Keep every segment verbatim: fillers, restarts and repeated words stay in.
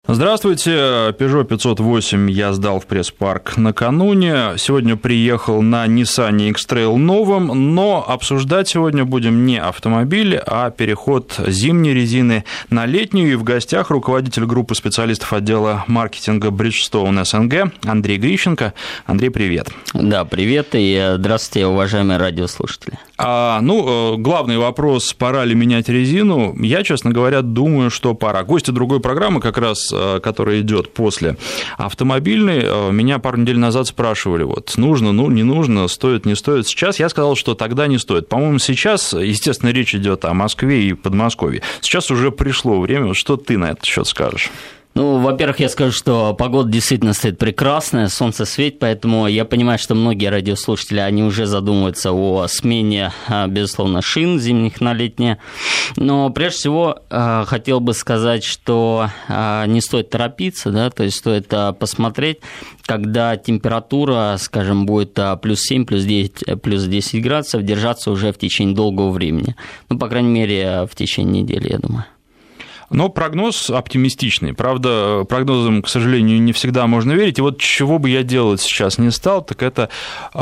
Здравствуйте, Peugeot пятьсот восемь я сдал в пресс-парк накануне. Сегодня приехал на Nissan X-Trail новом, но обсуждать сегодня будем не автомобиль, а переход зимней резины на летнюю. И в гостях руководитель группы специалистов отдела маркетинга Bridgestone СНГ Андрей Грищенко. Андрей, привет. Да, привет и здравствуйте, уважаемые радиослушатели. А, ну, главный вопрос, пора ли менять резину? Я, честно говоря, думаю, что пора. Гости другой программы, как раз, которая идет после автомобильной, меня пару недель назад спрашивали, вот, нужно, ну, не нужно, стоит, не стоит. Сейчас я сказал, что тогда не стоит. По-моему, сейчас, естественно, речь идет о Москве и Подмосковье. Сейчас уже пришло время. Вот что ты на этот счет скажешь? Ну, во-первых, я скажу, что погода действительно стоит прекрасная, солнце светит, поэтому я понимаю, что многие радиослушатели, они уже задумываются о смене, безусловно, шин зимних на летние. Но прежде всего хотел бы сказать, что не стоит торопиться, да, то есть стоит посмотреть, когда температура, скажем, будет плюс семь, плюс девять, плюс десять градусов, держаться уже в течение долгого времени. Ну, по крайней мере, в течение недели, я думаю. Но прогноз оптимистичный. Правда, прогнозам, к сожалению, не всегда можно верить. И вот чего бы я делать сейчас не стал, так это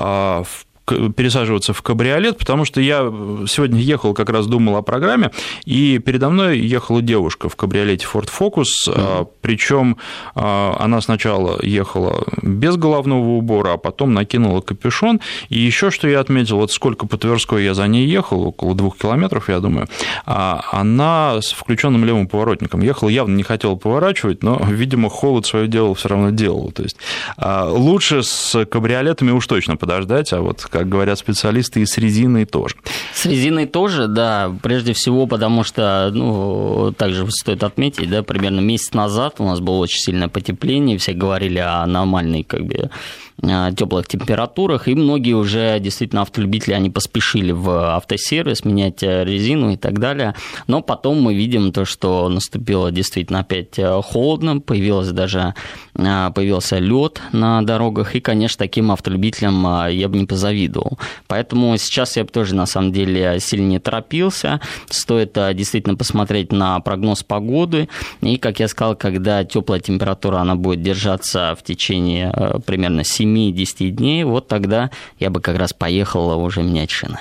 пересаживаться в кабриолет, потому что я сегодня ехал, как раз думал о программе, и передо мной ехала девушка в кабриолете Ford Focus, mm-hmm. причем она сначала ехала без головного убора, а потом накинула капюшон, и еще что я отметил, вот сколько по Тверской я за ней ехал, около двух километров, я думаю, она с включенным левым поворотником ехала, явно не хотела поворачивать, но, видимо, холод свое дело все равно делал, то есть лучше с кабриолетами уж точно подождать, а вот как говорят специалисты, и с резиной тоже. С резиной тоже, да, прежде всего, потому что, ну, также стоит отметить, да, примерно месяц назад у нас было очень сильное потепление, все говорили о аномальной, как бы, теплых температурах, и многие уже действительно автолюбители, они поспешили в автосервис менять резину и так далее, но потом мы видим то, что наступило действительно опять холодно, появилось даже, появился лед на дорогах, и, конечно, таким автолюбителям я бы не позавидовал. Поэтому сейчас я бы тоже, на самом деле, сильно не торопился, стоит действительно посмотреть на прогноз погоды, и, как я сказал, когда теплая температура, она будет держаться в течение примерно семь-десять дней, вот тогда я бы как раз поехал уже менять шины.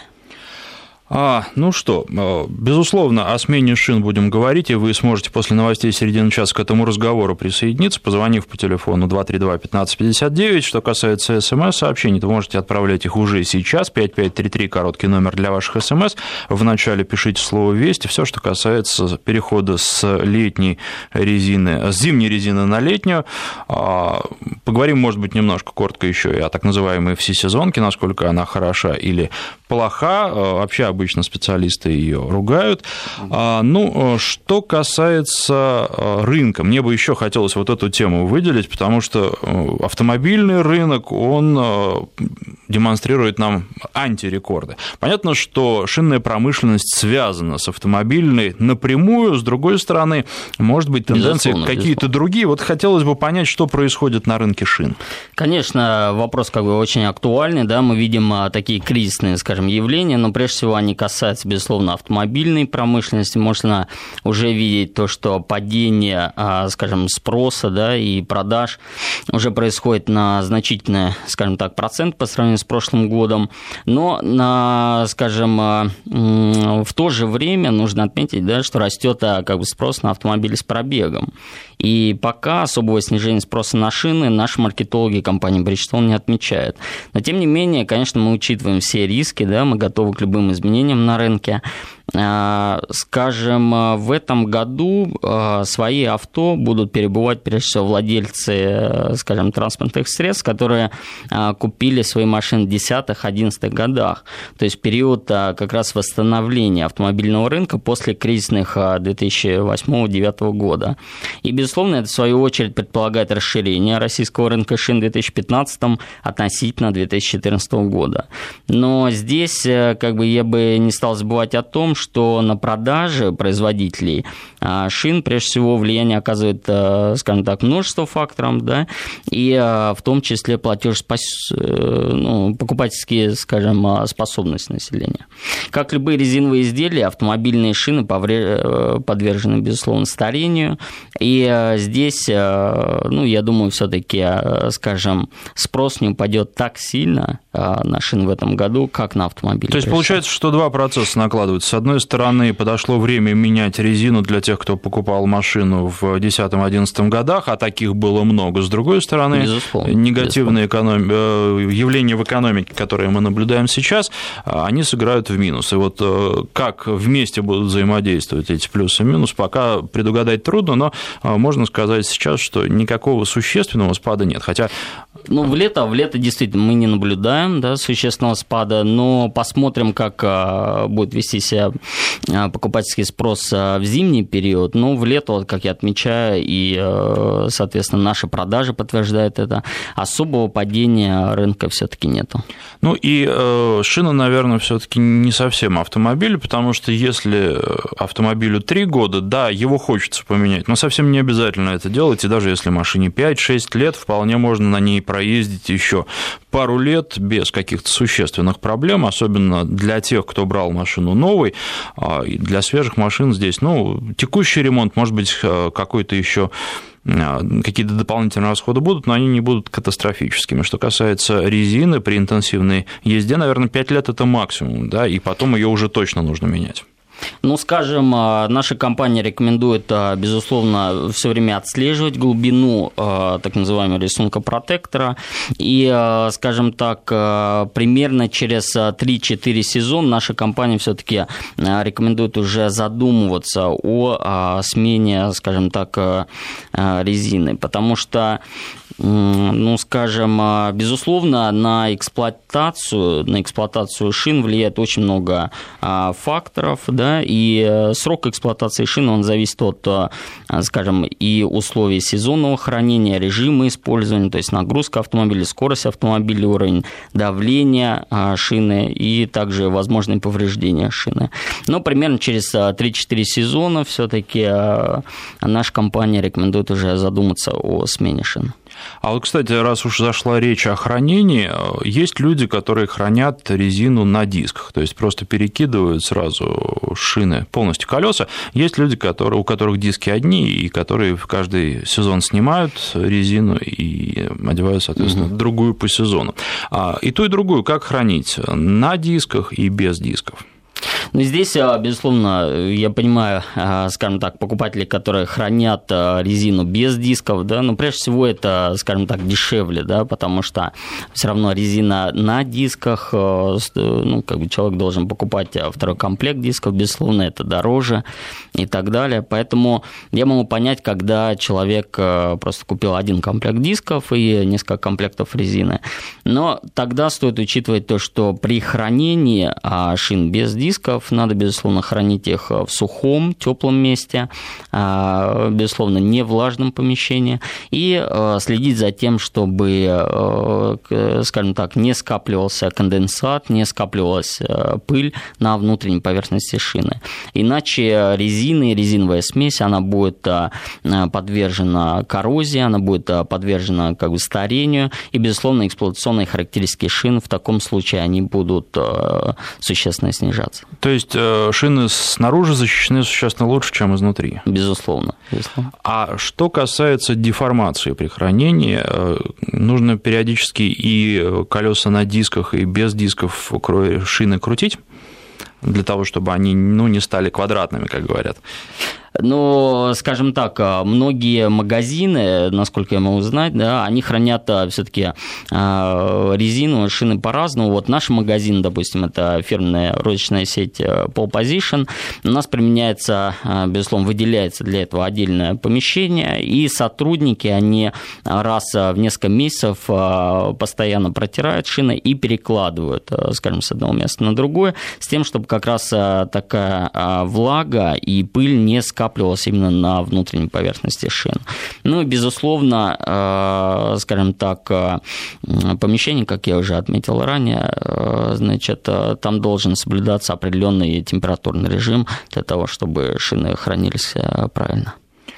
А, ну что, безусловно, о смене шин будем говорить, и вы сможете после новостей середины часа к этому разговору присоединиться, позвонив по телефону два три два пятнадцать пятьдесят девять. Что касается СМС-сообщений, то можете отправлять их уже сейчас, пять пять три три, короткий номер для ваших СМС. Вначале пишите слово «Вести». Все, что касается перехода с летней резины, с зимней резины на летнюю. Поговорим, может быть, немножко коротко еще и о так называемой всесезонке, насколько она хороша или плоха. Вообще обычно специалисты ее ругают. Ну, что касается рынка, мне бы еще хотелось вот эту тему выделить, потому что автомобильный рынок, он демонстрирует нам антирекорды. Понятно, что шинная промышленность связана с автомобильной напрямую, с другой стороны, может быть, тенденции безусловно, какие-то безусловно. другие. Вот хотелось бы понять, что происходит на рынке шин. Конечно, вопрос как бы очень актуальный, да, мы видим такие кризисные, скажем, явления, но прежде всего они касаются, безусловно, автомобильной промышленности. Можно уже видеть то, что падение, скажем, спроса, да, и продаж уже происходит на значительный, скажем так, процент по сравнению с прошлым годом, но, на, скажем, в то же время нужно отметить, да, что растет как бы спрос на автомобили с пробегом. И пока особого снижения спроса на шины наши маркетологи компании Bridgestone не отмечают. Но, тем не менее, конечно, мы учитываем все риски, да, мы готовы к любым изменениям на рынке. Скажем, в этом году свои авто будут перебывать, прежде всего, владельцы, скажем, транспортных средств, которые купили свои машины в десятых-одиннадцатых годах, то есть период как раз восстановления автомобильного рынка после кризисных две тысячи восьмого-две тысячи девятого года. И, безусловно, это, в свою очередь, предполагает расширение российского рынка шин в две тысячи пятнадцатом относительно две тысячи четырнадцатого года. Но здесь здесь как бы я бы не стал забывать о том, что на продаже производителей шин, прежде всего, влияние оказывает, скажем так, множество факторов, да, и в том числе платежеспос... ну, покупательские, скажем, способности населения. Как любые резиновые изделия, автомобильные шины подвержены, безусловно, старению, и здесь, ну, я думаю, все-таки, скажем, спрос не упадет так сильно на шины в этом году, как на автомобили. То есть получается, что два процесса накладываются. С одной стороны, подошло время менять резину для тех, кто покупал машину в десятом-одиннадцатом годах, а таких было много. С другой стороны, безусловно, негативные эконом... явления в экономике, которые мы наблюдаем сейчас, они сыграют в минус. И вот как вместе будут взаимодействовать эти плюсы и минусы, пока предугадать трудно, но можно сказать сейчас, что никакого существенного спада нет. Хотя... Ну, в лето, в лето действительно мы не наблюдаем, да, существенного спада, но посмотрим, как будет вести себя покупательский спрос в зимний период. Ну, в лето, вот, как я отмечаю, и, соответственно, наши продажи подтверждают это, особого падения рынка все-таки нету. Ну, и э, шина, наверное, все-таки не совсем автомобиль, потому что если автомобилю три года, да, его хочется поменять, но совсем не обязательно это делать, и даже если машине пять-шесть лет, вполне можно на ней проездить еще пару лет без каких-то существенных проблем, особенно для тех, кто брал машину новой. Для свежих машин здесь, ну, текущий ремонт, может быть, какой-то еще какие-то дополнительные расходы будут, но они не будут катастрофическими. Что касается резины, при интенсивной езде, наверное, пять лет – это максимум, да, и потом ее уже точно нужно менять. Ну, скажем, наша компания рекомендует, безусловно, все время отслеживать глубину так называемого рисунка протектора. И, скажем так, примерно через три-четыре сезона наша компания все-таки рекомендует уже задумываться о смене, скажем так, резины. Потому что, ну, скажем, безусловно, на эксплуатацию, на эксплуатацию шин влияет очень много факторов, да, и срок эксплуатации шин, он зависит от, скажем, и условий сезонного хранения, режима использования, то есть нагрузка автомобиля, скорость автомобиля, уровень давления шины и также возможные повреждения шины. Но примерно через три-четыре сезона все-таки наша компания рекомендует уже задуматься о смене шин. А вот, кстати, раз уж зашла речь о хранении, есть люди, которые хранят резину на дисках, то есть просто перекидывают сразу шины, полностью колеса. Есть люди, которые, у которых диски одни, и которые в каждый сезон снимают резину и одевают, соответственно, угу. другую по сезону. И ту, и другую как хранить? На дисках и без дисков? Ну, здесь, безусловно, я понимаю, скажем так, покупатели, которые хранят резину без дисков, да, но прежде всего это, скажем так, дешевле, да, потому что все равно резина на дисках, ну, как бы человек должен покупать второй комплект дисков, безусловно, это дороже и так далее, поэтому я могу понять, когда человек просто купил один комплект дисков и несколько комплектов резины, но тогда стоит учитывать то, что при хранении шин без дисков надо, безусловно, хранить их в сухом, теплом месте, безусловно, не в влажном помещении, и следить за тем, чтобы, скажем так, не скапливался конденсат, не скапливалась пыль на внутренней поверхности шины. Иначе резина и резиновая смесь, она будет подвержена коррозии, она будет подвержена как бы старению, и, безусловно, эксплуатационные характеристики шин в таком случае они будут существенно снижаться. То есть шины снаружи защищены существенно лучше, чем изнутри? Безусловно. безусловно. А что касается деформации при хранении, нужно периодически и колеса на дисках, и без дисков шины крутить для того, чтобы они, ну, не стали квадратными, как говорят? Но, скажем так, многие магазины, насколько я могу знать, да, они хранят все-таки резину, шины по-разному. Вот наш магазин, допустим, это фирменная розничная сеть Pole Position, у нас применяется, безусловно, выделяется для этого отдельное помещение, и сотрудники, они раз в несколько месяцев постоянно протирают шины и перекладывают, скажем, с одного места на другое, с тем, чтобы как раз такая влага и пыль не скапливалась накапливалось именно на внутренней поверхности шин. Ну и, безусловно, скажем так, помещение, как я уже отметил ранее, значит, там должен соблюдаться определенный температурный режим для того, чтобы шины хранились правильно.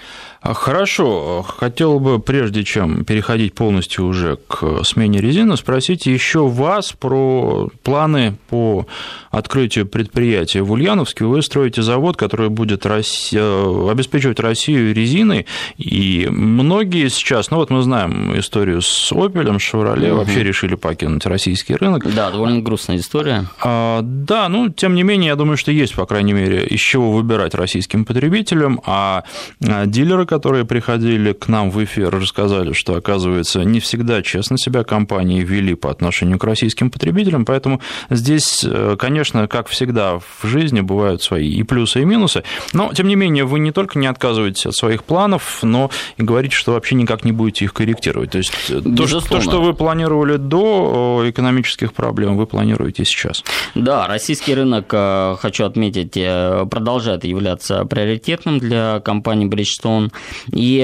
Хорошо. Хотел бы, прежде чем переходить полностью уже к смене резины, спросить еще вас про планы по открытию предприятия в Ульяновске. Вы строите завод, который будет обеспечивать Россию резиной, и многие сейчас, ну вот мы знаем историю с Opel, Chevrolet, угу. вообще решили покинуть российский рынок. Да, довольно грустная история. А, да, ну, тем не менее, я думаю, что есть, по крайней мере, из чего выбирать российским потребителям, а дилеры, которые приходили к нам в эфир, рассказали, что, оказывается, не всегда честно себя компании вели по отношению к российским потребителям, поэтому здесь, конечно, как всегда в жизни бывают свои и плюсы, и минусы, но, тем не менее, вы не только не отказываетесь от своих планов, но и говорите, что вообще никак не будете их корректировать. То есть то, то, что вы планировали до экономических проблем, вы планируете сейчас. Да, российский рынок, хочу отметить, продолжает являться приоритетным для компании Bridgestone. И,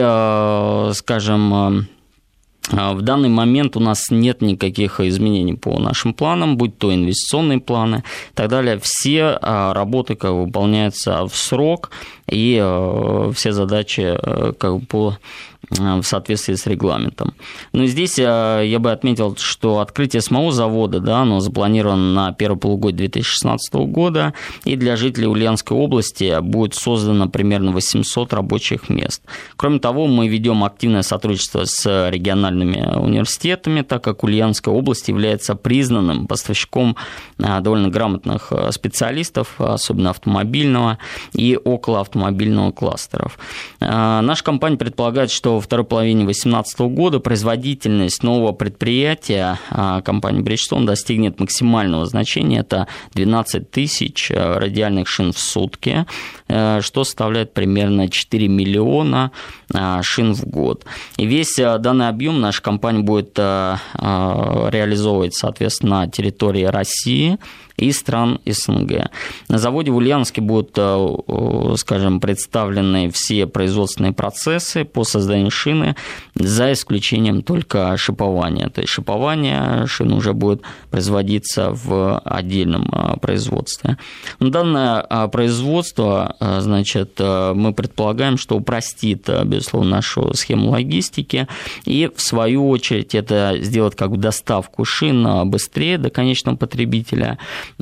скажем, в данный момент у нас нет никаких изменений по нашим планам, будь то инвестиционные планы и так далее. Все работы как бы выполняются в срок, и все задачи как бы по в соответствии с регламентом. Но здесь я бы отметил, что открытие самого завода, да, оно запланировано на первое полугодие две тысячи шестнадцатого года, и для жителей Ульяновской области будет создано примерно восемьсот рабочих мест. Кроме того, мы ведем активное сотрудничество с региональными университетами, так как Ульяновская область является признанным поставщиком довольно грамотных специалистов, особенно автомобильного и околоавтомобильного кластеров. Наша компания предполагает, что во второй половине две тысячи восемнадцатого года производительность нового предприятия компании Bridgestone достигнет максимального значения, это двенадцать тысяч радиальных шин в сутки, что составляет примерно четыре миллиона шин в год. И весь данный объем наша компания будет реализовывать, соответственно, на территории России и стран СНГ. На заводе в Ульяновске будут, скажем, представлены все производственные процессы по созданию шины, за исключением только шипования. То есть шипование шин уже будет производиться в отдельном производстве. Данное производство, значит, мы предполагаем, что упростит, безусловно, нашу схему логистики, и в свою очередь это сделает как бы доставку шин быстрее до конечного потребителя.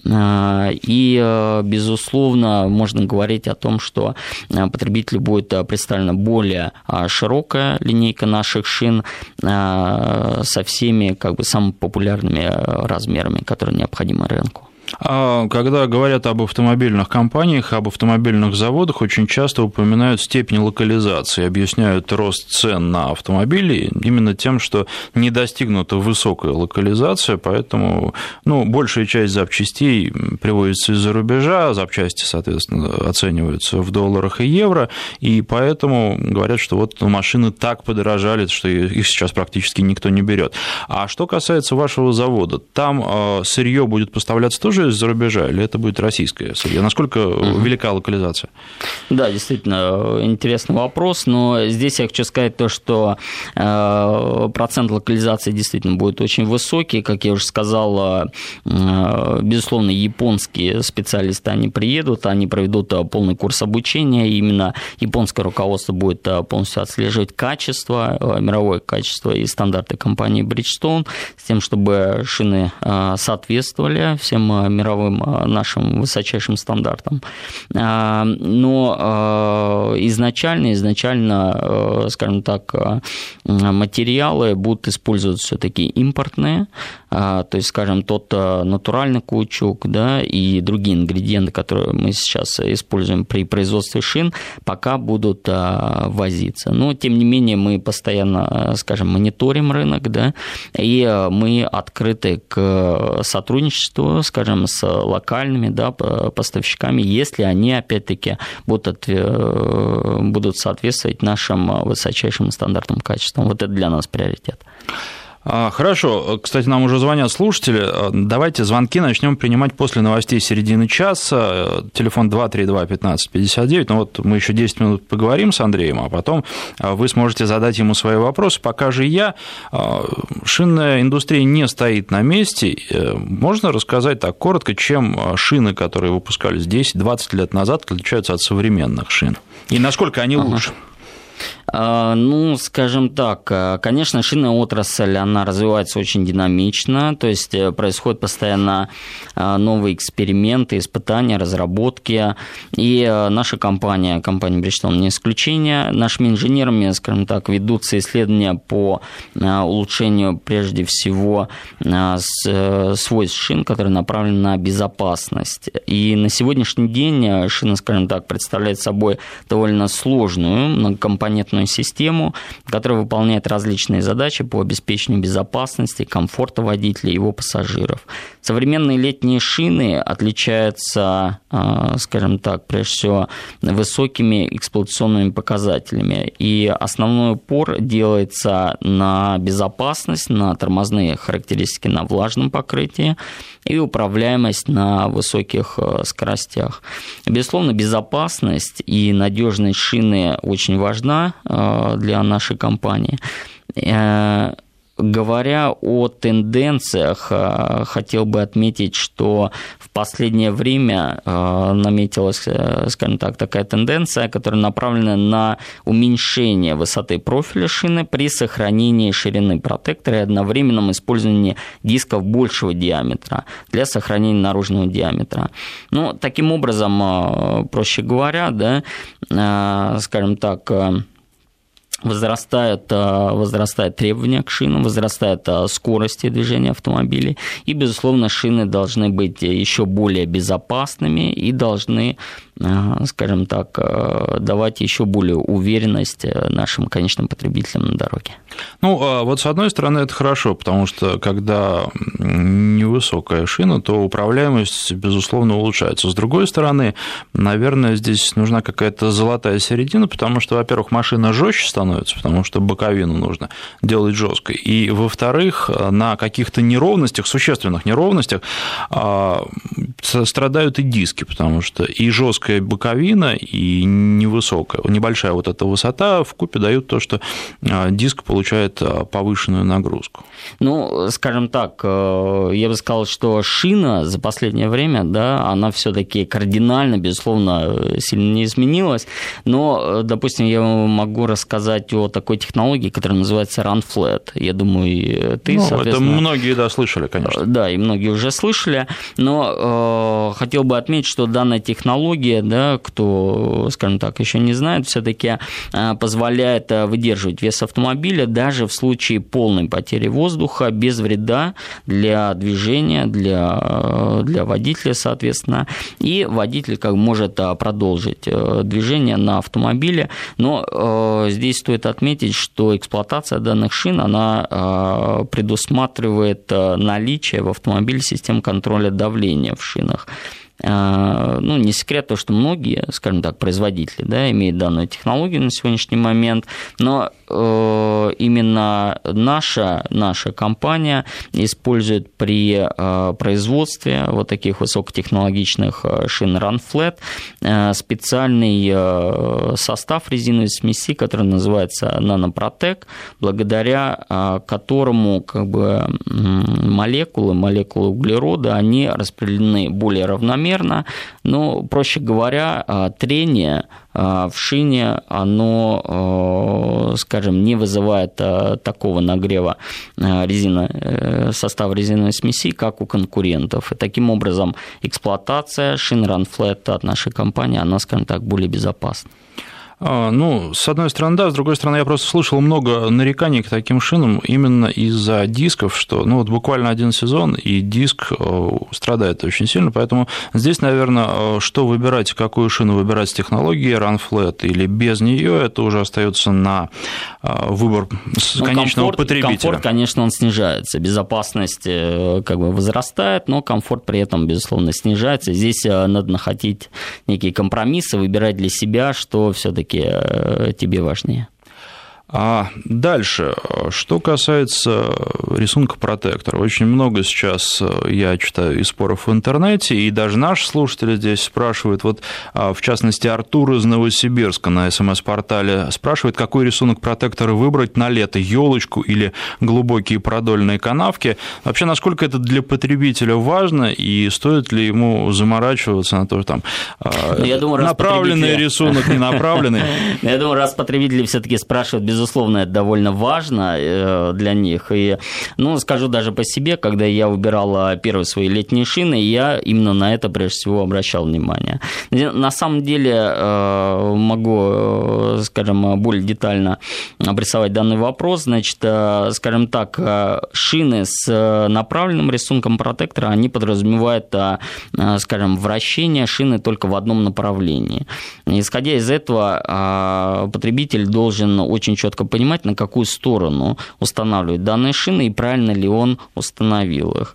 И, безусловно, можно говорить о том, что потребителю будет представлена более широкая линейка наших шин со всеми как бы самыми популярными размерами, которые необходимы рынку. Когда говорят об автомобильных компаниях, об автомобильных заводах, очень часто упоминают степень локализации, объясняют рост цен на автомобили именно тем, что не достигнута высокая локализация, поэтому ну, большая часть запчастей привозится из-за рубежа, запчасти, соответственно, оцениваются в долларах и евро, и поэтому говорят, что вот машины так подорожали, что их сейчас практически никто не берет. А что касается вашего завода, там сырье будет поставляться тоже из-за рубежа, или это будет российское сырье? Насколько угу. велика локализация? Да, действительно, интересный вопрос, но здесь я хочу сказать то, что процент локализации действительно будет очень высокий, как я уже сказал, безусловно, японские специалисты, они приедут, они проведут полный курс обучения, и именно японское руководство будет полностью отслеживать качество, мировое качество и стандарты компании Bridgestone, с тем, чтобы шины соответствовали всем мировым нашим высочайшим стандартам. Но изначально, изначально, скажем так, материалы будут использоваться все-таки импортные, то есть, скажем, тот натуральный каучук, да, и другие ингредиенты, которые мы сейчас используем при производстве шин, пока будут возиться. Но, тем не менее, мы постоянно, скажем, мониторим рынок, да, и мы открыты к сотрудничеству, скажем, с локальными, да, поставщиками, если они, опять-таки, будут, будут соответствовать нашим высочайшим стандартам качества. Вот это для нас приоритет. Хорошо. Кстати, нам уже звонят слушатели. Давайте звонки начнем принимать после новостей середины часа. Телефон два три два пятнадцать пятьдесят девять. Ну вот мы еще десять минут поговорим с Андреем, а потом вы сможете задать ему свои вопросы. Пока же я. Шинная индустрия не стоит на месте. Можно рассказать так коротко, чем шины, которые выпускались десять-двадцать лет назад, отличаются от современных шин? И насколько они лучше? Ага. Ну, скажем так, конечно, шинная отрасль, она развивается очень динамично, то есть происходят постоянно новые эксперименты, испытания, разработки, и наша компания, компания Bridgestone не исключение, нашими инженерами, скажем так, ведутся исследования по улучшению, прежде всего, свойств шин, которые направлены на безопасность, и на сегодняшний день шина, скажем так, представляет собой довольно сложную многокомпонентную систему, которая выполняет различные задачи по обеспечению безопасности, комфорта водителя и его пассажиров. Современные летние шины отличаются, скажем так, прежде всего, высокими эксплуатационными показателями, и основной упор делается на безопасность, на тормозные характеристики на влажном покрытии и управляемость на высоких скоростях. Безусловно, безопасность и надежность шины очень важна для нашей компании. Говоря о тенденциях, хотел бы отметить, что в последнее время наметилась, скажем так, такая тенденция, которая направлена на уменьшение высоты профиля шины при сохранении ширины протектора и одновременном использовании дисков большего диаметра для сохранения наружного диаметра. Ну, таким образом, проще говоря, да, скажем так, Возрастает, возрастает требования к шинам, возрастает скорость движения автомобилей, и, безусловно, шины должны быть еще более безопасными и должны, скажем так, давать еще более уверенность нашим конечным потребителям на дороге. Ну, вот с одной стороны, это хорошо, потому что когда невысокая шина, то управляемость, безусловно, улучшается. С другой стороны, наверное, здесь нужна какая-то золотая середина, потому что, во-первых, машина жестче становится, потому что боковину нужно делать жесткой. И, во-вторых, на каких-то неровностях, существенных неровностях страдают и диски, потому что и жесткая боковина, и невысокая, небольшая вот эта высота вкупе дают то, что диск получает повышенную нагрузку. Ну, скажем так, я бы сказал, что шина за последнее время, да, она все-таки кардинально, безусловно, сильно не изменилась, но, допустим, я могу рассказать о такой технологии, которая называется Run Flat. Я думаю, ты, ну, соответственно... Это многие, да, слышали, конечно. Да, и многие уже слышали, но э, хотел бы отметить, что данная технология, да, кто, скажем так, еще не знает, все-таки э, позволяет выдерживать вес автомобиля даже в случае полной потери воздуха без вреда для движения, для, для водителя, соответственно, и водитель как может продолжить движение на автомобиле, но э, здесь стоит отметить, что эксплуатация данных шин, она предусматривает наличие в автомобиле систем контроля давления в шинах. Ну, не секрет то, что многие, скажем так, производители, да, имеют данную технологию на сегодняшний момент, но именно наша, наша компания использует при производстве вот таких высокотехнологичных шин Run Flat специальный состав резиновой смеси, который называется NanoProtec, благодаря которому как бы молекулы, молекулы углерода, они распределены более равномерно. Но, проще говоря, трение в шине, оно, скажем, не вызывает такого нагрева резина, состава резиновой смеси, как у конкурентов. И таким образом эксплуатация шин Run Flat от нашей компании, она, скажем так, более безопасна. Ну, с одной стороны, да, с другой стороны, я просто слышал много нареканий к таким шинам именно из-за дисков, что, ну, вот буквально один сезон, и диск страдает очень сильно, поэтому здесь, наверное, что выбирать, какую шину выбирать с технологией Run Flat или без нее, это уже остается на выбор ну, конечного комфорт, потребителя. Комфорт, конечно, он снижается, безопасность как бы возрастает, но комфорт при этом, безусловно, снижается. Здесь надо находить некие компромиссы, выбирать для себя, что все-таки тебе важнее. А дальше, что касается рисунка протектора, очень много сейчас я читаю и споров в интернете, и даже наши слушатели здесь спрашивают, вот в частности Артур из Новосибирска на эс эм эс-портале спрашивает, какой рисунок протектора выбрать на лето, елочку или глубокие продольные канавки. Вообще, насколько это для потребителя важно, и стоит ли ему заморачиваться на то, что там я думаю, направленный потребители... рисунок, не направленный? Я думаю, раз потребители все-таки спрашивают, безусловно, Безусловно, это довольно важно для них. И, ну, скажу даже по себе, когда я выбирал первые свои летние шины, я именно на это прежде всего обращал внимание. На самом деле могу, скажем, более детально обрисовать данный вопрос. Значит, скажем так, шины с направленным рисунком протектора, они подразумевают, скажем, вращение шины только в одном направлении. Исходя из этого, потребитель должен очень четко понимать, на какую сторону устанавливать данные шины и правильно ли он установил их.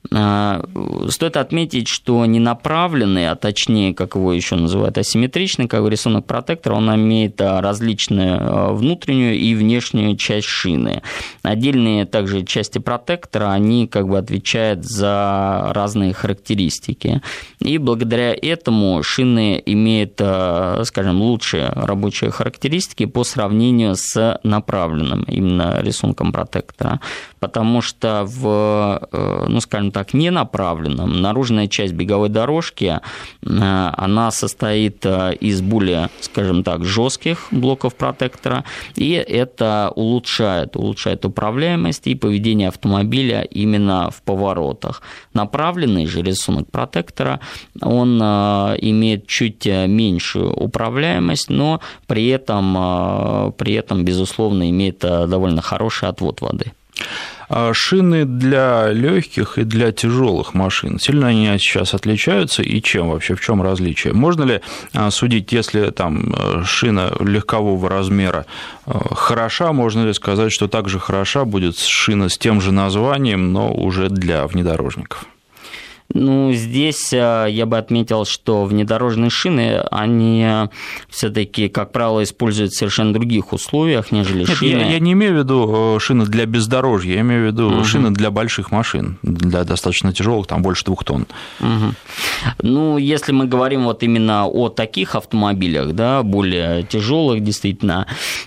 Стоит отметить, что ненаправленный, а точнее, как его еще называют, асимметричный, как бы рисунок протектора, он имеет различную внутреннюю и внешнюю часть шины. Отдельные также части протектора, они как бы отвечают за разные характеристики. И благодаря этому шины имеют, скажем, лучшие рабочие характеристики по сравнению с направленным именно рисунком протектора. Потому что в, ну, скажем так, ненаправленном наружная часть беговой дорожки, она состоит из более, скажем так, жестких блоков протектора, и это улучшает, улучшает управляемость и поведение автомобиля именно в поворотах. Направленный же рисунок протектора, он имеет чуть меньшую управляемость, но при этом, при этом, безусловно, имеет довольно хороший отвод воды. Шины для легких и для тяжелых машин, сильно они сейчас отличаются, и чем вообще, в чем различие? Можно ли судить, если там шина легкового размера хороша, можно ли сказать, что также хороша будет шина с тем же названием, но уже для внедорожников? Ну, здесь я бы отметил, что внедорожные шины, они все-таки, как правило, используют в совершенно других условиях, нежели Нет, шины. Я, я не имею в виду шины для бездорожья, я имею в виду угу. шины для больших машин, для достаточно тяжелых, там больше двух тонн. Угу. Ну, если мы говорим вот именно о таких автомобилях, да, более тяжелых, действительно,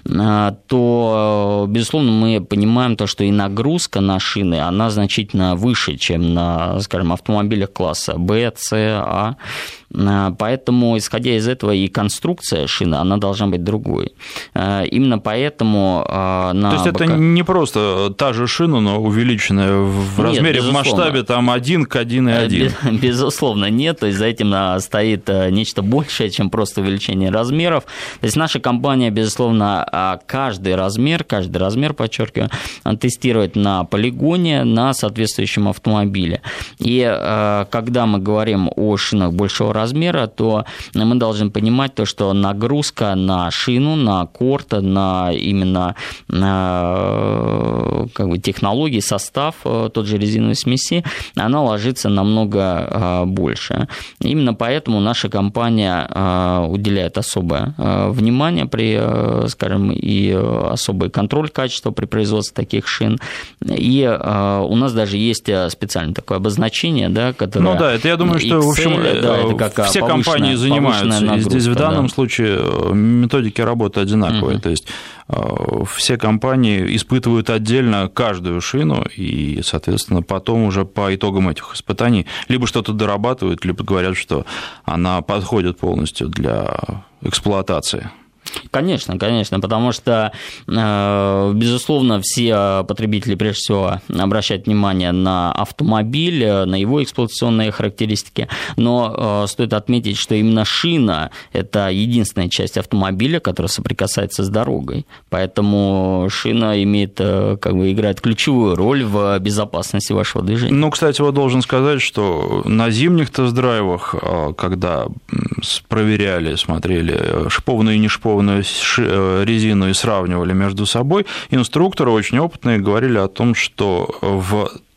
то, безусловно, мы понимаем то, что и нагрузка на шины, она значительно выше, чем на, скажем, автомобилях класса Б, С, А. Поэтому, исходя из этого, и конструкция шины, она должна быть другой. Именно поэтому... На То есть бока... это не просто та же шина, но увеличенная в нет, размере, безусловно. В масштабе там один к один и один? Безусловно, нет. То есть за этим стоит нечто большее, чем просто увеличение размеров. То есть наша компания, безусловно, каждый размер, каждый размер, подчеркиваю, тестирует на полигоне, на соответствующем автомобиле. И когда мы говорим о шинах большого размера, то мы должны понимать то, что нагрузка на шину, на корд, на именно на, как бы, технологии, состав, тот же резиновой смеси, она ложится намного больше. Именно поэтому наша компания уделяет особое внимание при, скажем, и особый контроль качества при производстве таких шин. И у нас даже есть специальное такое обозначение, да, которое... Ну да, это я думаю, что, в общем, да, это как все компании занимаются, и здесь в данном да. случае методики работы одинаковые, угу. то есть все компании испытывают отдельно каждую шину, и, соответственно, потом уже по итогам этих испытаний либо что-то дорабатывают, либо говорят, что она подходит полностью для эксплуатации. Конечно, конечно, потому что, безусловно, все потребители, прежде всего, обращают внимание на автомобиль, на его эксплуатационные характеристики, но стоит отметить, что именно шина – это единственная часть автомобиля, которая соприкасается с дорогой, поэтому шина имеет, как бы, играет ключевую роль в безопасности вашего движения. Ну, кстати, вот должен сказать, что на зимних тест-драйвах, когда проверяли, смотрели шипованную и не шипованную резину и сравнивали между собой, инструкторы очень опытные говорили о том, что в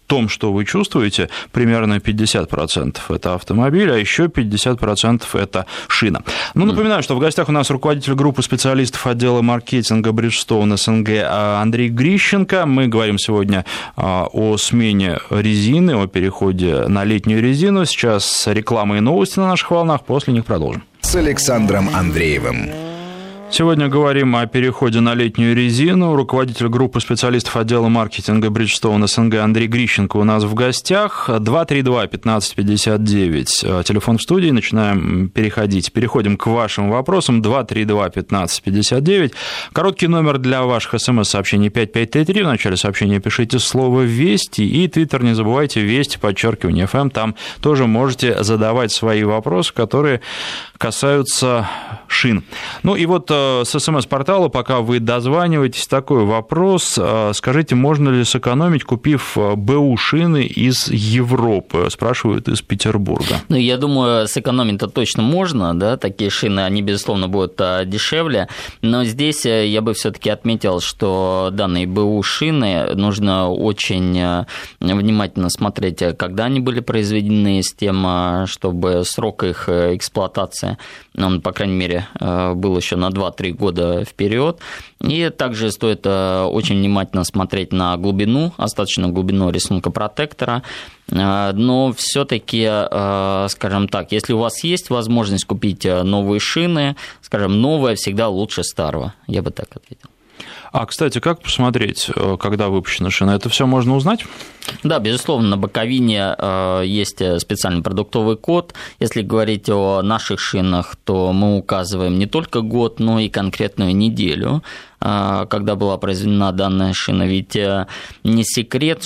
том, что вы чувствуете, примерно пятьдесят процентов это автомобиль, а еще пятьдесят процентов это шина. Ну, напоминаю, что в гостях у нас руководитель группы специалистов отдела маркетинга Bridgestone СНГ Андрей Грищенко. Мы говорим сегодня о смене резины, о переходе на летнюю резину. Сейчас реклама и новости на наших волнах, после них продолжим. С Александром Андреевым. Сегодня говорим о переходе на летнюю резину. Руководитель группы специалистов отдела маркетинга Bridgestone СНГ Андрей Грищенко у нас в гостях. два три два пятнадцать пятьдесят девять. Телефон в студии. Начинаем переходить. Переходим к вашим вопросам. два три два пятнадцать пятьдесят девять. Короткий номер для ваших смс-сообщений пять пять три три. В начале сообщения пишите слово «Вести». И твиттер не забывайте, Вести, подчеркивание эф эм. Там тоже можете задавать свои вопросы, которые касаются шин. Ну и вот с СМС-портала, пока вы дозваниваетесь, такой вопрос. Скажите, можно ли сэкономить, купив БУ шины из Европы? Спрашивают из Петербурга. Ну, я думаю, сэкономить-то точно можно, да, такие шины, они, безусловно, будут дешевле, но здесь я бы все-таки отметил, что данные БУ шины нужно очень внимательно смотреть, когда они были произведены, с тем, чтобы срок их эксплуатации, он, по крайней мере, был еще на два-три года вперед. И также стоит очень внимательно смотреть на глубину, остаточную глубину рисунка протектора. Но все-таки, скажем так, если у вас есть возможность купить новые шины, скажем, новое всегда лучше старого. Я бы так ответил. А, кстати, как посмотреть, когда выпущена шина? Это все можно узнать? Да, безусловно, на боковине есть специальный продуктовый код. Если говорить о наших шинах, то мы указываем не только год, но и конкретную неделю, когда была произведена данная шина. Ведь не секрет,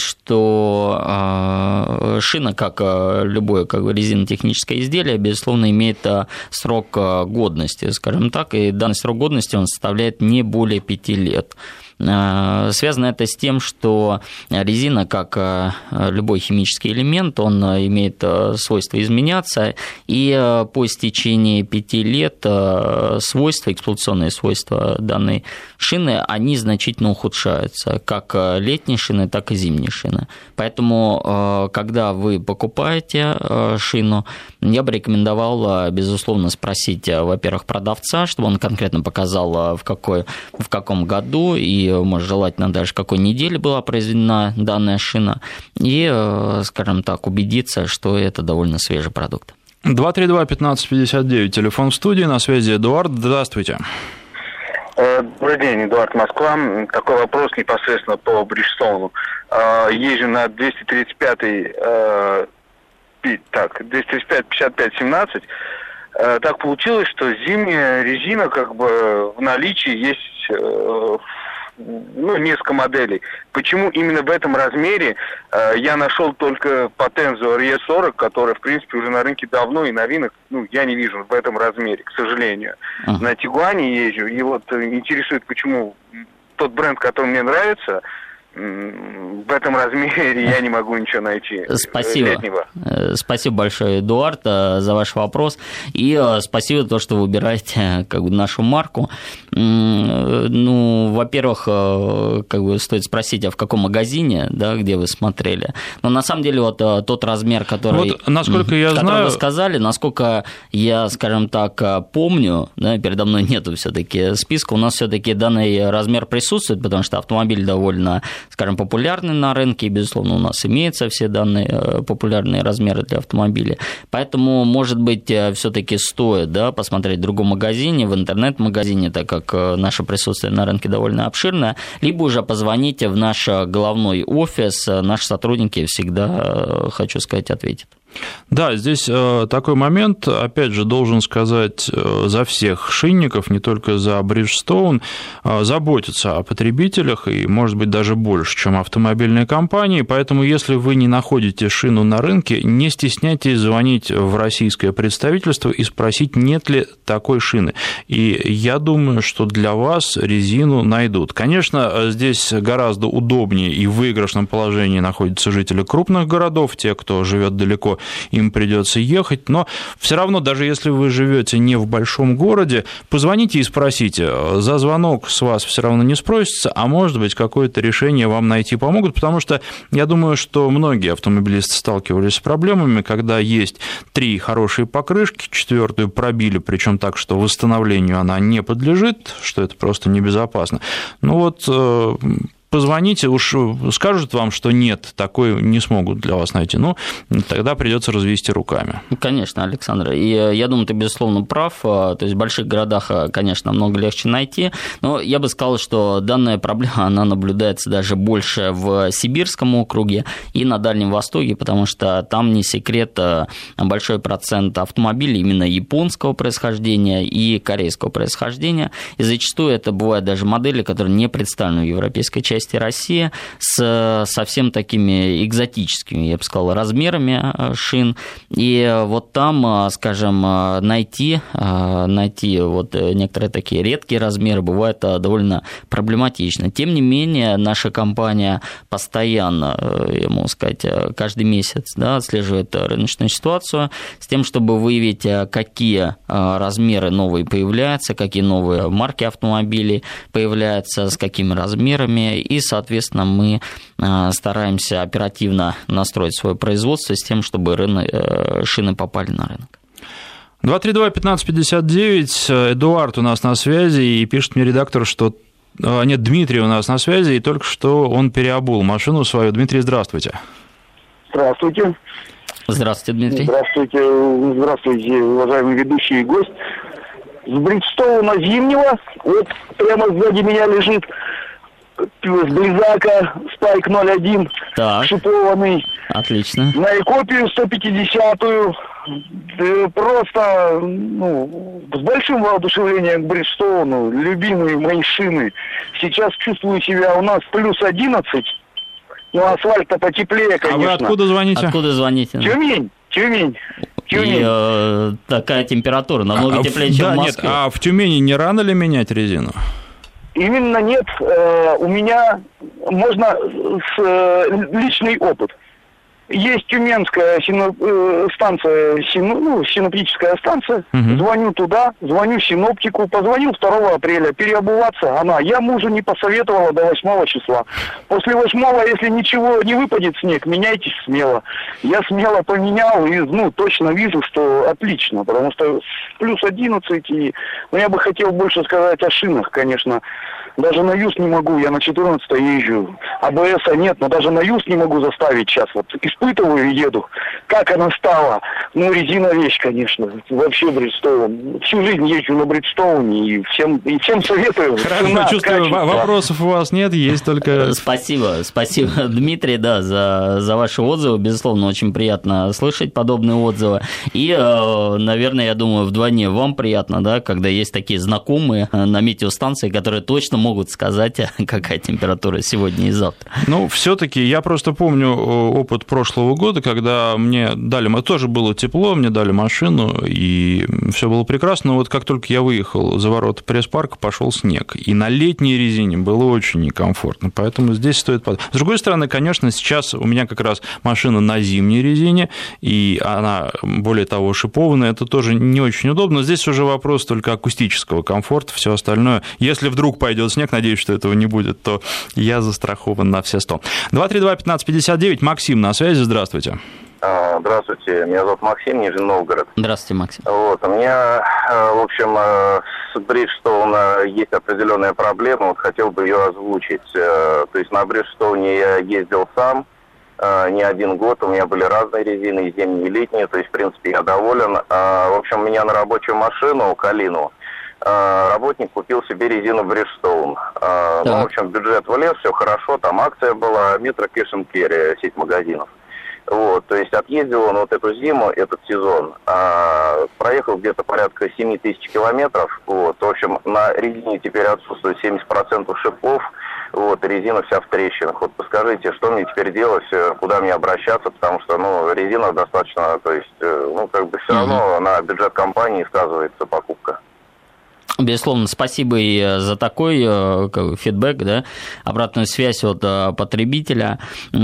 что шина, как любое как бы, резинотехническое изделие, безусловно, имеет срок годности, скажем так, и данный срок годности он составляет не более пяти лет. Связано это с тем, что резина, как любой химический элемент, он имеет свойство изменяться, и по истечении пяти лет свойства, эксплуатационные свойства данной шины, они значительно ухудшаются, как летние шины, так и зимние шины. Поэтому, когда вы покупаете шину, я бы рекомендовал, безусловно, спросить, во-первых, продавца, чтобы он конкретно показал, в, какой, в каком году и, может, желательно даже в какой неделе была произведена данная шина, и, скажем так, убедиться, что это довольно свежий продукт. два три два пятнадцать пятьдесят девять, телефон в студии, на связи Эдуард, здравствуйте. Добрый день, Эдуард, Москва. Такой вопрос непосредственно по Bridgestone. Езжу на двести тридцать пятый, так, двести тридцать пять пятьдесят пять семнадцать. Так получилось, что зимняя резина как бы в наличии есть, ну, несколько моделей. Почему именно в этом размере э, я нашел только Potenzo эр и сорок, которая, в принципе, уже на рынке давно, и новинок, ну, я не вижу в этом размере, к сожалению. Uh-huh. На Тигуане езжу, и вот интересует, почему тот бренд, который мне нравится, в этом размере я не могу ничего найти. Спасибо. Летнего. Спасибо большое, Эдуард, за ваш вопрос. И спасибо за то, что выбираете как бы, нашу марку. Ну, во-первых, как бы стоит спросить, а в каком магазине, да, где вы смотрели. Но на самом деле вот тот размер, который, вот, насколько я который знаю... вы сказали, насколько я, скажем так, помню, да, передо мной нету все-таки списка, у нас все-таки данный размер присутствует, потому что автомобиль довольно, скажем, популярный на рынке, и, безусловно, у нас имеются все данные популярные размеры для автомобиля. Поэтому, может быть, все-таки стоит, да, посмотреть в другом магазине, в интернет-магазине, так как наше присутствие на рынке довольно обширное, либо уже позвоните в наш головной офис, наши сотрудники всегда, хочу сказать, ответят. Да, здесь такой момент, опять же, должен сказать, за всех шинников, не только за Bridgestone, заботятся о потребителях, и, может быть, даже больше, чем автомобильные компании, поэтому, если вы не находите шину на рынке, не стесняйтесь звонить в российское представительство и спросить, нет ли такой шины. И я думаю, что для вас резину найдут. Конечно, здесь гораздо удобнее и в выигрышном положении находятся жители крупных городов, те, кто живет далеко им придется ехать. Но все равно, даже если вы живете не в большом городе, позвоните и спросите. За звонок с вас все равно не спросится, а может быть, какое-то решение вам найти помогут, потому что я думаю, что многие автомобилисты сталкивались с проблемами, когда есть три хорошие покрышки, четвертую пробили, причем так, что восстановлению она не подлежит, что это просто небезопасно. Ну вот позвоните, уж скажут вам, что нет, такой не смогут для вас найти, ну, тогда придется развести руками. Конечно, Александр, и я думаю, ты, безусловно, прав, то есть в больших городах, конечно, намного легче найти, но я бы сказал, что данная проблема, она наблюдается даже больше в Сибирском округе и на Дальнем Востоке, потому что там не секрет, большой процент автомобилей именно японского происхождения и корейского происхождения, и зачастую это бывают даже модели, которые не представлены в европейской части России, с совсем такими экзотическими, я бы сказал, размерами шин. И вот там, скажем, найти, найти вот некоторые такие редкие размеры бывает довольно проблематично. Тем не менее, наша компания постоянно, я могу сказать, каждый месяц, да, отслеживает рыночную ситуацию с тем, чтобы выявить, какие размеры новые появляются, какие новые марки автомобилей появляются, с какими размерами. И, соответственно, мы стараемся оперативно настроить свое производство с тем, чтобы рынок, шины попали на рынок. два три два пятнадцать пятьдесят девять. Эдуард у нас на связи, и пишет мне редактор, что... Нет, Дмитрий у нас на связи, и только что он переобул машину свою. Дмитрий, здравствуйте. Здравствуйте. Здравствуйте, Дмитрий. Здравствуйте, здравствуйте, уважаемый ведущий и гость. С Бриджстоуна Зимнего, вот прямо сзади меня лежит Близака Спайк ноль один, так, шипованный. Отлично. На Экопию сто пятидесятую. Просто, ну, с большим воодушевлением к Бриджстоуну. Любимые мои шины. Сейчас чувствую себя у нас плюс одиннадцать. Ну, асфальт-то потеплее, конечно. А вы откуда звоните? Откуда звоните? Тюмень, Тюмень. Тюмень. И э, такая температура намного а, теплее, да, чем в нет, Москве. а в Тюмени не рано ли менять резину? Именно нет. Э, у меня можно с, э, личный опыт. Есть тюменская сино, э, станция, сино, ну, синоптическая станция. Uh-huh. Звоню туда, звоню синоптику, позвонил второго апреля, переобуваться. Она, я мужу не посоветовала до восьмого числа. После восьмого, если ничего не выпадет снег, меняйтесь смело. Я смело поменял и, ну, точно вижу, что отлично, потому что плюс одиннадцать, и, ну, я бы хотел больше сказать о шинах, конечно. Даже на юз не могу, я на четырнадцатой езжу. АБСа нет, но даже на юз не могу заставить сейчас. Вот испытываю и еду. Как она стала? Ну, резина вещь, конечно. Вообще Бриджстоун. Всю жизнь езжу на Бриджстоуне и всем, и всем советую. Хорошо, Цена, чувствую, качество. Вопросов у вас нет, есть только... Спасибо, спасибо, Дмитрий, да, за, за ваши отзывы. Безусловно, очень приятно слышать подобные отзывы. И, наверное, я думаю, вдвойне вам приятно, да, когда есть такие знакомые на метеостанции, которые точно могут сказать, какая температура сегодня и завтра. Ну, все-таки я просто помню опыт прошлого года, когда мне дали, тоже было тепло, мне дали машину, и все было прекрасно, но вот как только я выехал за ворота пресс-парка, пошел снег, и на летней резине было очень некомфортно, поэтому здесь стоит... С другой стороны, конечно, сейчас у меня как раз машина на зимней резине, и она, более того, шипованная, это тоже не очень удобно, здесь уже вопрос только акустического комфорта, все остальное, если вдруг пойдет снег, надеюсь, что этого не будет, то я застрахован на все сто. два три два пятнадцать пятьдесят девять, Максим на связи, здравствуйте. Здравствуйте, меня зовут Максим, Нижний Новгород. Здравствуйте, Максим. Вот, у меня, в общем, с Бриджстоуна есть определенная проблема, вот хотел бы ее озвучить. То есть на Бриджстоуне я ездил сам не один год, у меня были разные резины, и зимние, и летние, то есть, в принципе, я доволен. В общем, у меня на рабочую машину, Калину, работник купил себе резину Бриджстоун. Ну, в общем, бюджет влез, все хорошо, там акция была, метро Cash and Carry, сеть магазинов. Вот, то есть отъездил он вот эту зиму, этот сезон, а, проехал где-то порядка семь тысяч километров. Вот, в общем, на резине теперь отсутствует семьдесят процентов шипов, вот, резина вся в трещинах. Вот подскажите, что мне теперь делать, куда мне обращаться, потому что, ну, резина достаточно, то есть, ну, как бы все равно на бюджет компании сказывается покупка. Безусловно, спасибо и за такой фидбэк, да, обратную связь от потребителя.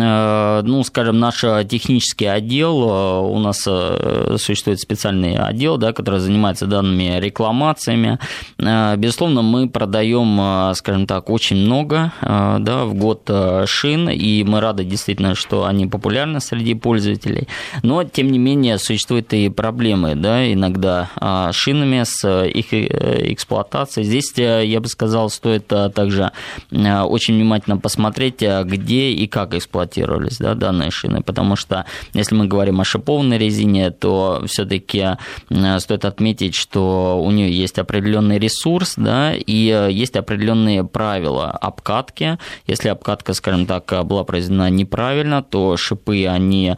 Ну, скажем, наш технический отдел, у нас существует специальный отдел, да, который занимается данными рекламациями. Безусловно, мы продаем, скажем так, очень много, да, в год шин, и мы рады действительно, что они популярны среди пользователей. Но, тем не менее, существуют и проблемы, да, иногда шинами с их эксплуатации. Здесь, я бы сказал, стоит также очень внимательно посмотреть, где и как эксплуатировались, да, данные шины, потому что если мы говорим о шипованной резине, то все-таки стоит отметить, что у нее есть определенный ресурс, да, и есть определенные правила обкатки. Если обкатка, скажем так, была произведена неправильно, то шипы, они,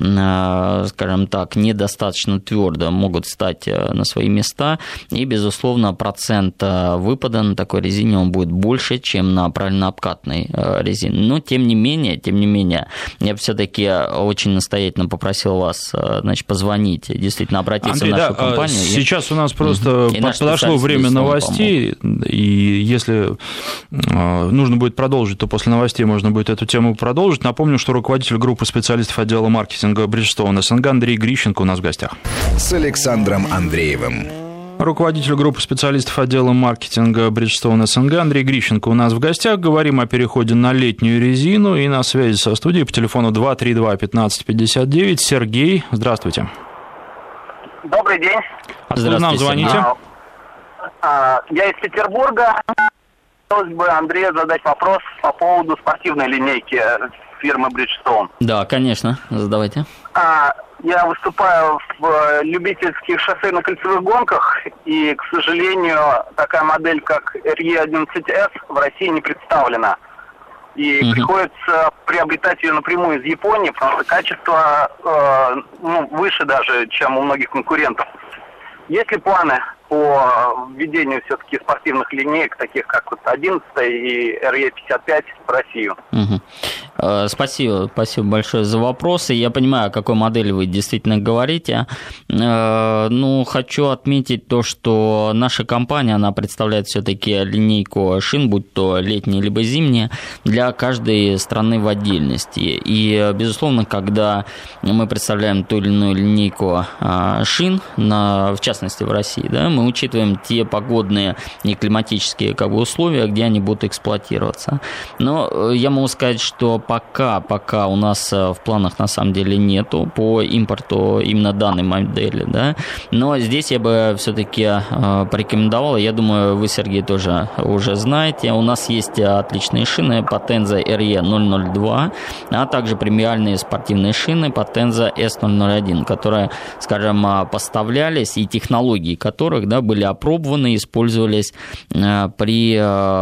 скажем так, недостаточно твердо могут встать на свои места, и, безусловно, процент выпада на такой резине он будет больше, чем на правильно обкатной резине. Но, тем не менее, тем не менее, я все-таки очень настоятельно попросил вас, значит, позвонить, действительно обратиться Андрей, в нашу да, компанию. Сейчас у нас просто угу. подошло время новостей, и если нужно будет продолжить, то после новостей можно будет эту тему продолжить. Напомню, что руководитель группы специалистов отдела маркетинга Bridgestone эс эн гэ Андрей Грищенко у нас в гостях. С Александром Андреевым. Руководитель группы специалистов отдела маркетинга Bridgestone эс эн гэ Андрей Грищенко у нас в гостях. Говорим о переходе на летнюю резину, и на связи со студией по телефону два три два пятнадцать пятьдесят девять Сергей. Здравствуйте. Добрый день. Откуда нам звоните? А, а, я из Петербурга. Хотелось бы Андрею задать вопрос по поводу спортивной линейки фирмы Bridgestone. Да, конечно, задавайте. А, я выступаю в любительских шоссейно-кольцевых гонках, и, к сожалению, такая модель, как эр и одиннадцать эс, в России не представлена. И угу. приходится приобретать ее напрямую из Японии, потому что качество э, ну, выше даже, чем у многих конкурентов. Есть ли планы по введению все-таки спортивных линеек, таких как вот одиннадцать и эр и пятьдесят пять в Россию? Угу. Спасибо, спасибо большое за вопросы. Я понимаю, о какой модели вы действительно говорите. Ну, хочу отметить то, что наша компания, она представляет все-таки линейку шин, будь то летние либо зимние, для каждой страны в отдельности. И, безусловно, когда мы представляем ту или иную линейку шин, на, в частности в России, да, мы учитываем те погодные и климатические как бы, условия, где они будут эксплуатироваться. Но я могу сказать, что пока, пока у нас в планах на самом деле нету по импорту именно данной модели, да, но здесь я бы все-таки порекомендовал, я думаю, вы, Сергей, тоже уже знаете, у нас есть отличные шины Potenza эр и ноль ноль два, а также премиальные спортивные шины Potenza эс ноль ноль один, которые, скажем, поставлялись и технологии которых, да, были опробованы, использовались при,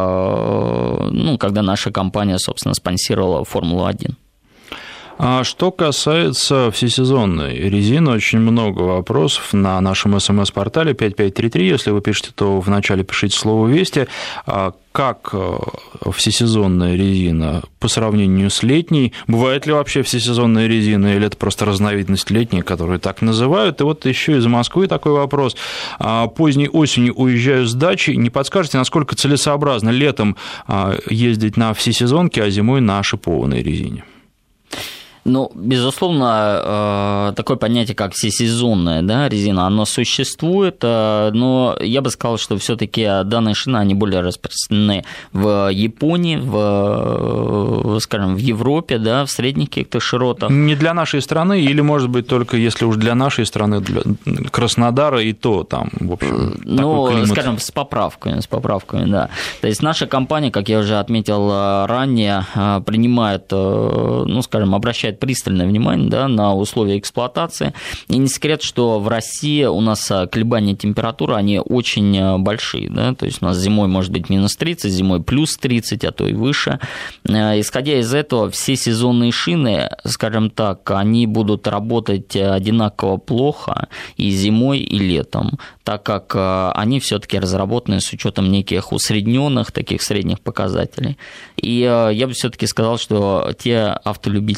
ну, когда наша компания, собственно, спонсировала Формулу один. А что касается всесезонной резины, очень много вопросов на нашем смс-портале пять пять три три. Если вы пишете, то вначале пишите слово «Вести». Как всесезонная резина по сравнению с летней? Бывает ли вообще всесезонная резина, или это просто разновидность летней, которую так называют? И вот еще из Москвы такой вопрос. Поздней осенью уезжаю с дачи. Не подскажете, насколько целесообразно летом ездить на всесезонке, а зимой на шипованной резине? Ну, безусловно, такое понятие, как всесезонная, да, резина, оно существует, но я бы сказал, что все-таки данные шины, они более распространены в Японии, в, скажем, в Европе, да, в средних каких-то широтах. Не для нашей страны, или, может быть, только если уж для нашей страны, для Краснодара, и то там, в общем, ну, такой климат. Скажем, с поправками, с поправками, да. То есть наша компания, как я уже отметил ранее, принимает, ну, скажем, обращает пристальное внимание, да, на условия эксплуатации. И не секрет, что в России у нас колебания температуры, они очень большие. Да? То есть у нас зимой может быть минус тридцать, зимой плюс тридцать, а то и выше. Исходя из этого, все сезонные шины, скажем так, они будут работать одинаково плохо и зимой, и летом, так как они все-таки разработаны с учетом неких усредненных, таких средних показателей. И я бы все-таки сказал, что те автолюбители, которые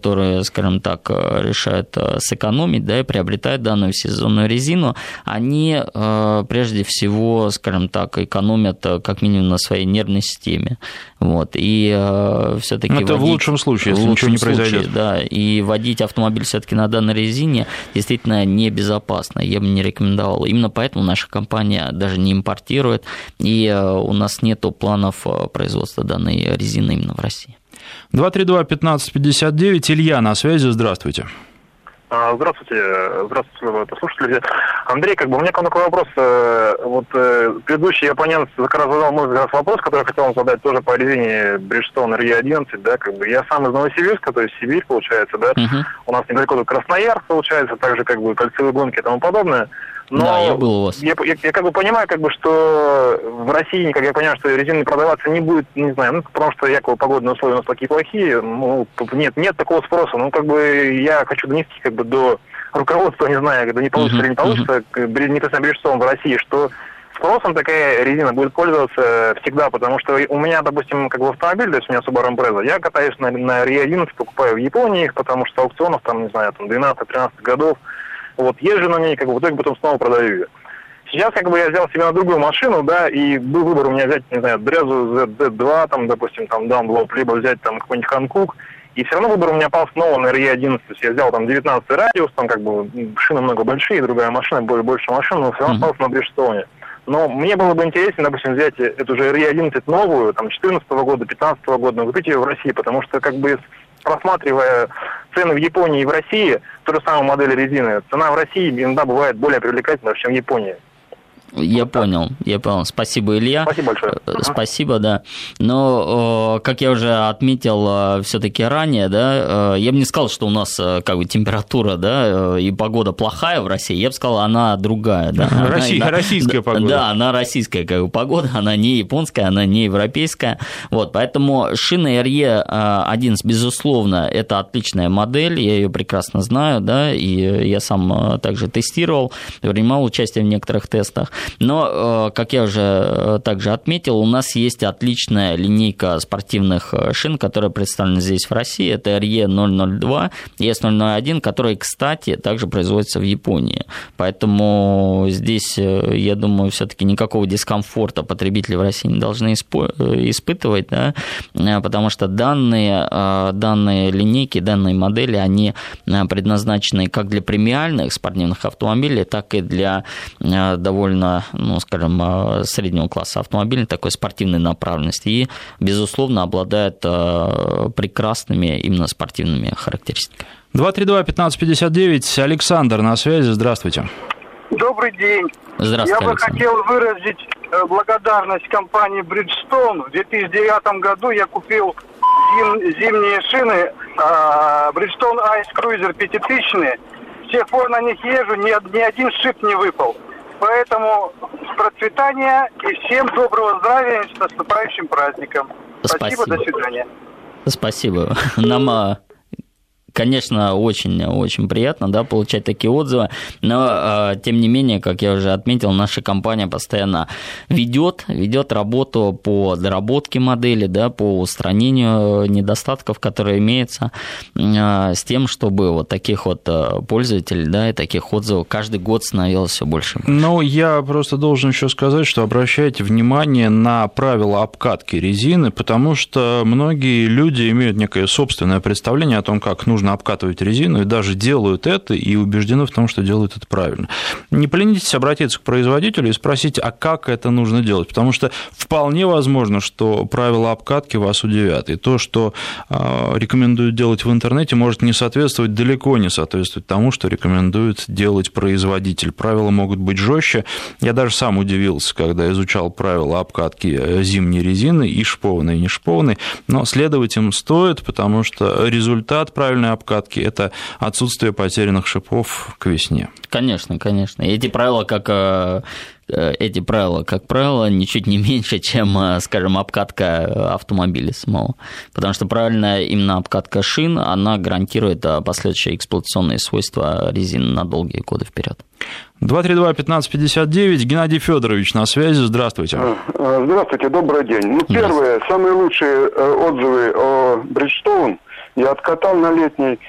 которые, скажем так, решают сэкономить, да, и приобретают данную всесезонную резину, они прежде всего, скажем так, экономят как минимум на своей нервной системе. Вот. И все-таки это водить, в лучшем случае, если ничего не произойдет. Случае, да, и водить автомобиль все-таки на данной резине действительно небезопасно. Я бы не рекомендовал. Именно поэтому наша компания даже не импортирует, и у нас нет планов производства данной резины именно в России. два три два пятнадцать пятьдесят девять. Илья на связи. Здравствуйте. Здравствуйте, здравствуйте, послушатели. Андрей, как бы у меня такой вопрос. Вот предыдущий оппонент как раз задал мой вопрос, который я хотел вам задать тоже по резине Bridgestone эр и одиннадцать, да, как бы я сам из Новосибирска, то есть Сибирь, получается, да. Uh-huh. У нас недалеко тут Красноярск, получается, также как бы кольцевые гонки и тому подобное. Но да, я был у вас. Я, я, я как бы понимаю, как бы, что в России, как я понимаю, что резина продаваться не будет, не знаю, ну, потому что якобы погодные условия у нас такие плохие, ну, нет, нет такого спроса. Ну, как бы я хочу донести, как бы, до руководства, не знаю, когда не получится uh-huh, или не получится, uh-huh. непосредственно Bridgestone в России, что спросом такая резина будет пользоваться всегда, потому что у меня, допустим, как бы автомобиль, то есть у меня Subaru Impreza, я катаюсь на, на эр и одиннадцать, покупаю в Японии их, потому что аукционов там, не знаю, там двенадцать-тринадцать годов, вот, езжу на ней, как бы, в итоге потом снова продаю ее. Сейчас, как бы, я взял себе на другую машину, да, и был выбор у меня взять, не знаю, Дрезу зет зет два, там, допустим, там, Dunlop, либо взять, там, какой-нибудь Hankook, и все равно выбор у меня пал снова на эр и одиннадцать, то есть я взял, там, девятнадцатый радиус, там, как бы, шины много большие, другая машина, более больше машина, но все равно остался на Bridgestone. Но мне было бы интересно, допустим, взять эту же эр и одиннадцать новую, там, четырнадцатого года, пятнадцатого года, купить ее в России, потому что, как бы, просматривая цены в Японии и в России, той же самой модели резины, цена в России иногда бывает более привлекательна, чем в Японии. Я вот понял, я понял. Спасибо, Илья. Спасибо большое. Спасибо, да. Но, как я уже отметил все-таки ранее, да, я бы не сказал, что у нас как бы температура, да, и погода плохая в России. Я бы сказал, она другая, да. Россия, она, российская да, погода. Да, она российская как бы погода, она не японская, она не европейская. Вот, поэтому шина эр и одиннадцать, безусловно, это отличная модель, я ее прекрасно знаю, да, и я сам также тестировал, принимал участие в некоторых тестах. Но, как я уже также отметил, у нас есть отличная линейка спортивных шин, которая представлена здесь в России. Это эр и ноль ноль два и эс ноль ноль один, которые, кстати, также производятся в Японии. Поэтому здесь, я думаю, все-таки никакого дискомфорта потребители в России не должны испытывать, да, потому что данные, данные линейки, данные модели, они предназначены как для премиальных спортивных автомобилей, так и для довольно, ну, скажем, среднего класса автомобилей, такой спортивной направленности, и, безусловно, обладает прекрасными именно спортивными характеристиками. два три два пятнадцать пятьдесят девять. Александр на связи. Здравствуйте. Добрый день. Здравствуйте, Я бы Александр. хотел выразить благодарность компании Bridgestone. В две тысячи девятом году я купил зим, зимние шины Bridgestone Ice Cruiser пятитысячные. С тех пор на них езжу, ни, ни один шип не выпал. Поэтому процветания и всем доброго здравия с наступающим праздником. Спасибо, Спасибо. До свидания. Спасибо. Нам, конечно, очень-очень приятно, да, получать такие отзывы, но, тем не менее, как я уже отметил, наша компания постоянно ведет, ведет работу по доработке модели, да, по устранению недостатков, которые имеются, с тем, чтобы вот таких вот пользователей, да, и таких отзывов каждый год становилось все больше. Ну, я просто должен еще сказать, что обращайте внимание на правила обкатки резины, потому что многие люди имеют некое собственное представление о том, как нужно обкатывать резину, и даже делают это, и убеждены в том, что делают это правильно. Не поленитесь обратиться к производителю и спросить, а как это нужно делать, потому что вполне возможно, что правила обкатки вас удивят, и то, что рекомендуют делать в интернете, может не соответствовать, далеко не соответствовать тому, что рекомендует делать производитель. Правила могут быть жестче. Я даже сам удивился, когда изучал правила обкатки зимней резины, и шипованной, и не шипованной, но следовать им стоит, потому что результат правильной обкатки – это отсутствие потерянных шипов к весне. Конечно, конечно. И эти правила, как эти правила, как правило, ничуть не меньше, чем, скажем, обкатка автомобиля самого. Потому что правильная именно обкатка шин, она гарантирует последующие эксплуатационные свойства резины на долгие годы вперед. два три два пятнадцать пятьдесят девять. Геннадий Федорович на связи. Здравствуйте. Здравствуйте, добрый день. Ну, первые, самые лучшие отзывы о Bridgestone Я откатал на летней,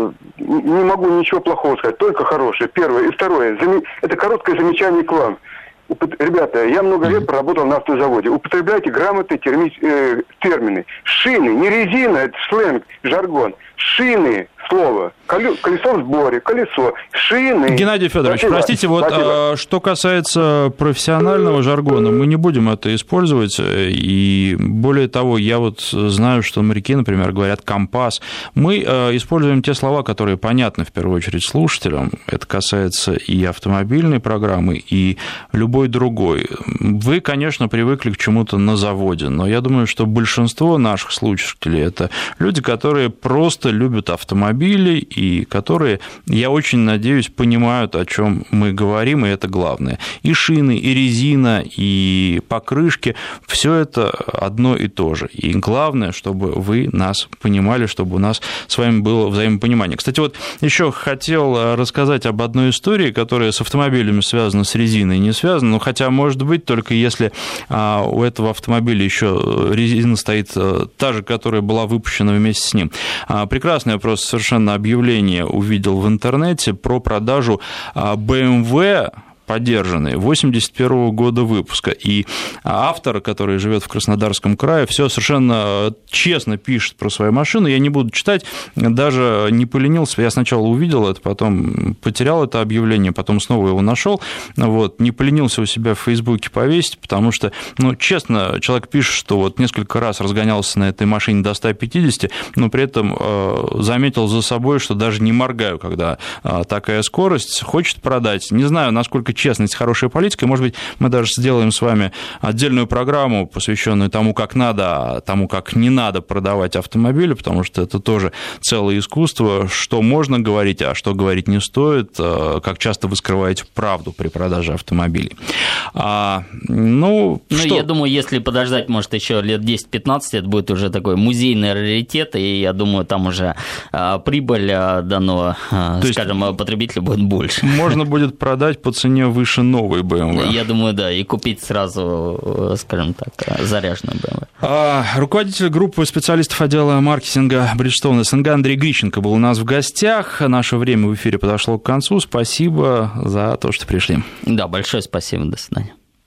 не могу ничего плохого сказать, только хорошее. Первое. И второе. Это короткое замечание к вам. Ребята, я много лет проработал на автозаводе. Употребляйте грамотные терми... э, термины. Шины, не резина, это сленг, жаргон. Шины, слово. Колесо в сборе, колесо. Шины. Геннадий Федорович, Спасибо. простите, вот Спасибо. Что касается профессионального жаргона, мы не будем это использовать. И более того, я вот знаю, что моряки, например, говорят «компас». Мы используем те слова, которые понятны в первую очередь слушателям. Это касается и автомобильной программы, и любой другой. Вы, конечно, привыкли к чему-то на заводе, но я думаю, что большинство наших слушателей – это люди, которые просто любят автомобили и которые, я очень надеюсь, понимают, о чем мы говорим, и это главное. И шины, и резина, и покрышки – все это одно и то же. И главное, чтобы вы нас понимали, чтобы у нас с вами было взаимопонимание. Кстати, вот еще хотел рассказать об одной истории, которая с автомобилями связана, с резиной не связана, ну, хотя, может быть, только если у этого автомобиля еще резина стоит та же, которая была выпущена вместе с ним. Прекрасное просто совершенно объявление увидел в интернете про продажу бэ эм вэ подержанные, восемьдесят первого года выпуска. И автор, который живет в Краснодарском крае, все совершенно честно пишет про свою машину. Я не буду читать, даже не поленился. Я сначала увидел это, потом потерял это объявление, потом снова его нашел. Вот, не поленился у себя в Фейсбуке повесить, потому что, ну, честно, человек пишет, что вот несколько раз разгонялся на этой машине до ста пятидесяти, но при этом э, заметил за собой, что даже не моргаю, когда э, такая скорость. Хочет продать. Не знаю, насколько честность, хорошая политика. Может быть, мы даже сделаем с вами отдельную программу, посвященную тому, как надо, тому, как не надо продавать автомобили, потому что это тоже целое искусство, что можно говорить, а что говорить не стоит, как часто вы скрываете правду при продаже автомобилей. А, ну, ну что? Я думаю, если подождать, может, еще лет десять-пятнадцать, это будет уже такой музейный раритет, и я думаю, там уже прибыль данного, То скажем, есть потребителя будет больше. Можно будет продать по цене выше новой бэ эм вэ. Я думаю, да, и купить сразу, скажем так, заряженную бэ эм вэ. А, руководитель группы специалистов отдела маркетинга Bridgestone СНГ Андрей Грищенко был у нас в гостях. Наше время в эфире подошло к концу. Спасибо за то, что пришли. Да, большое спасибо. До свидания.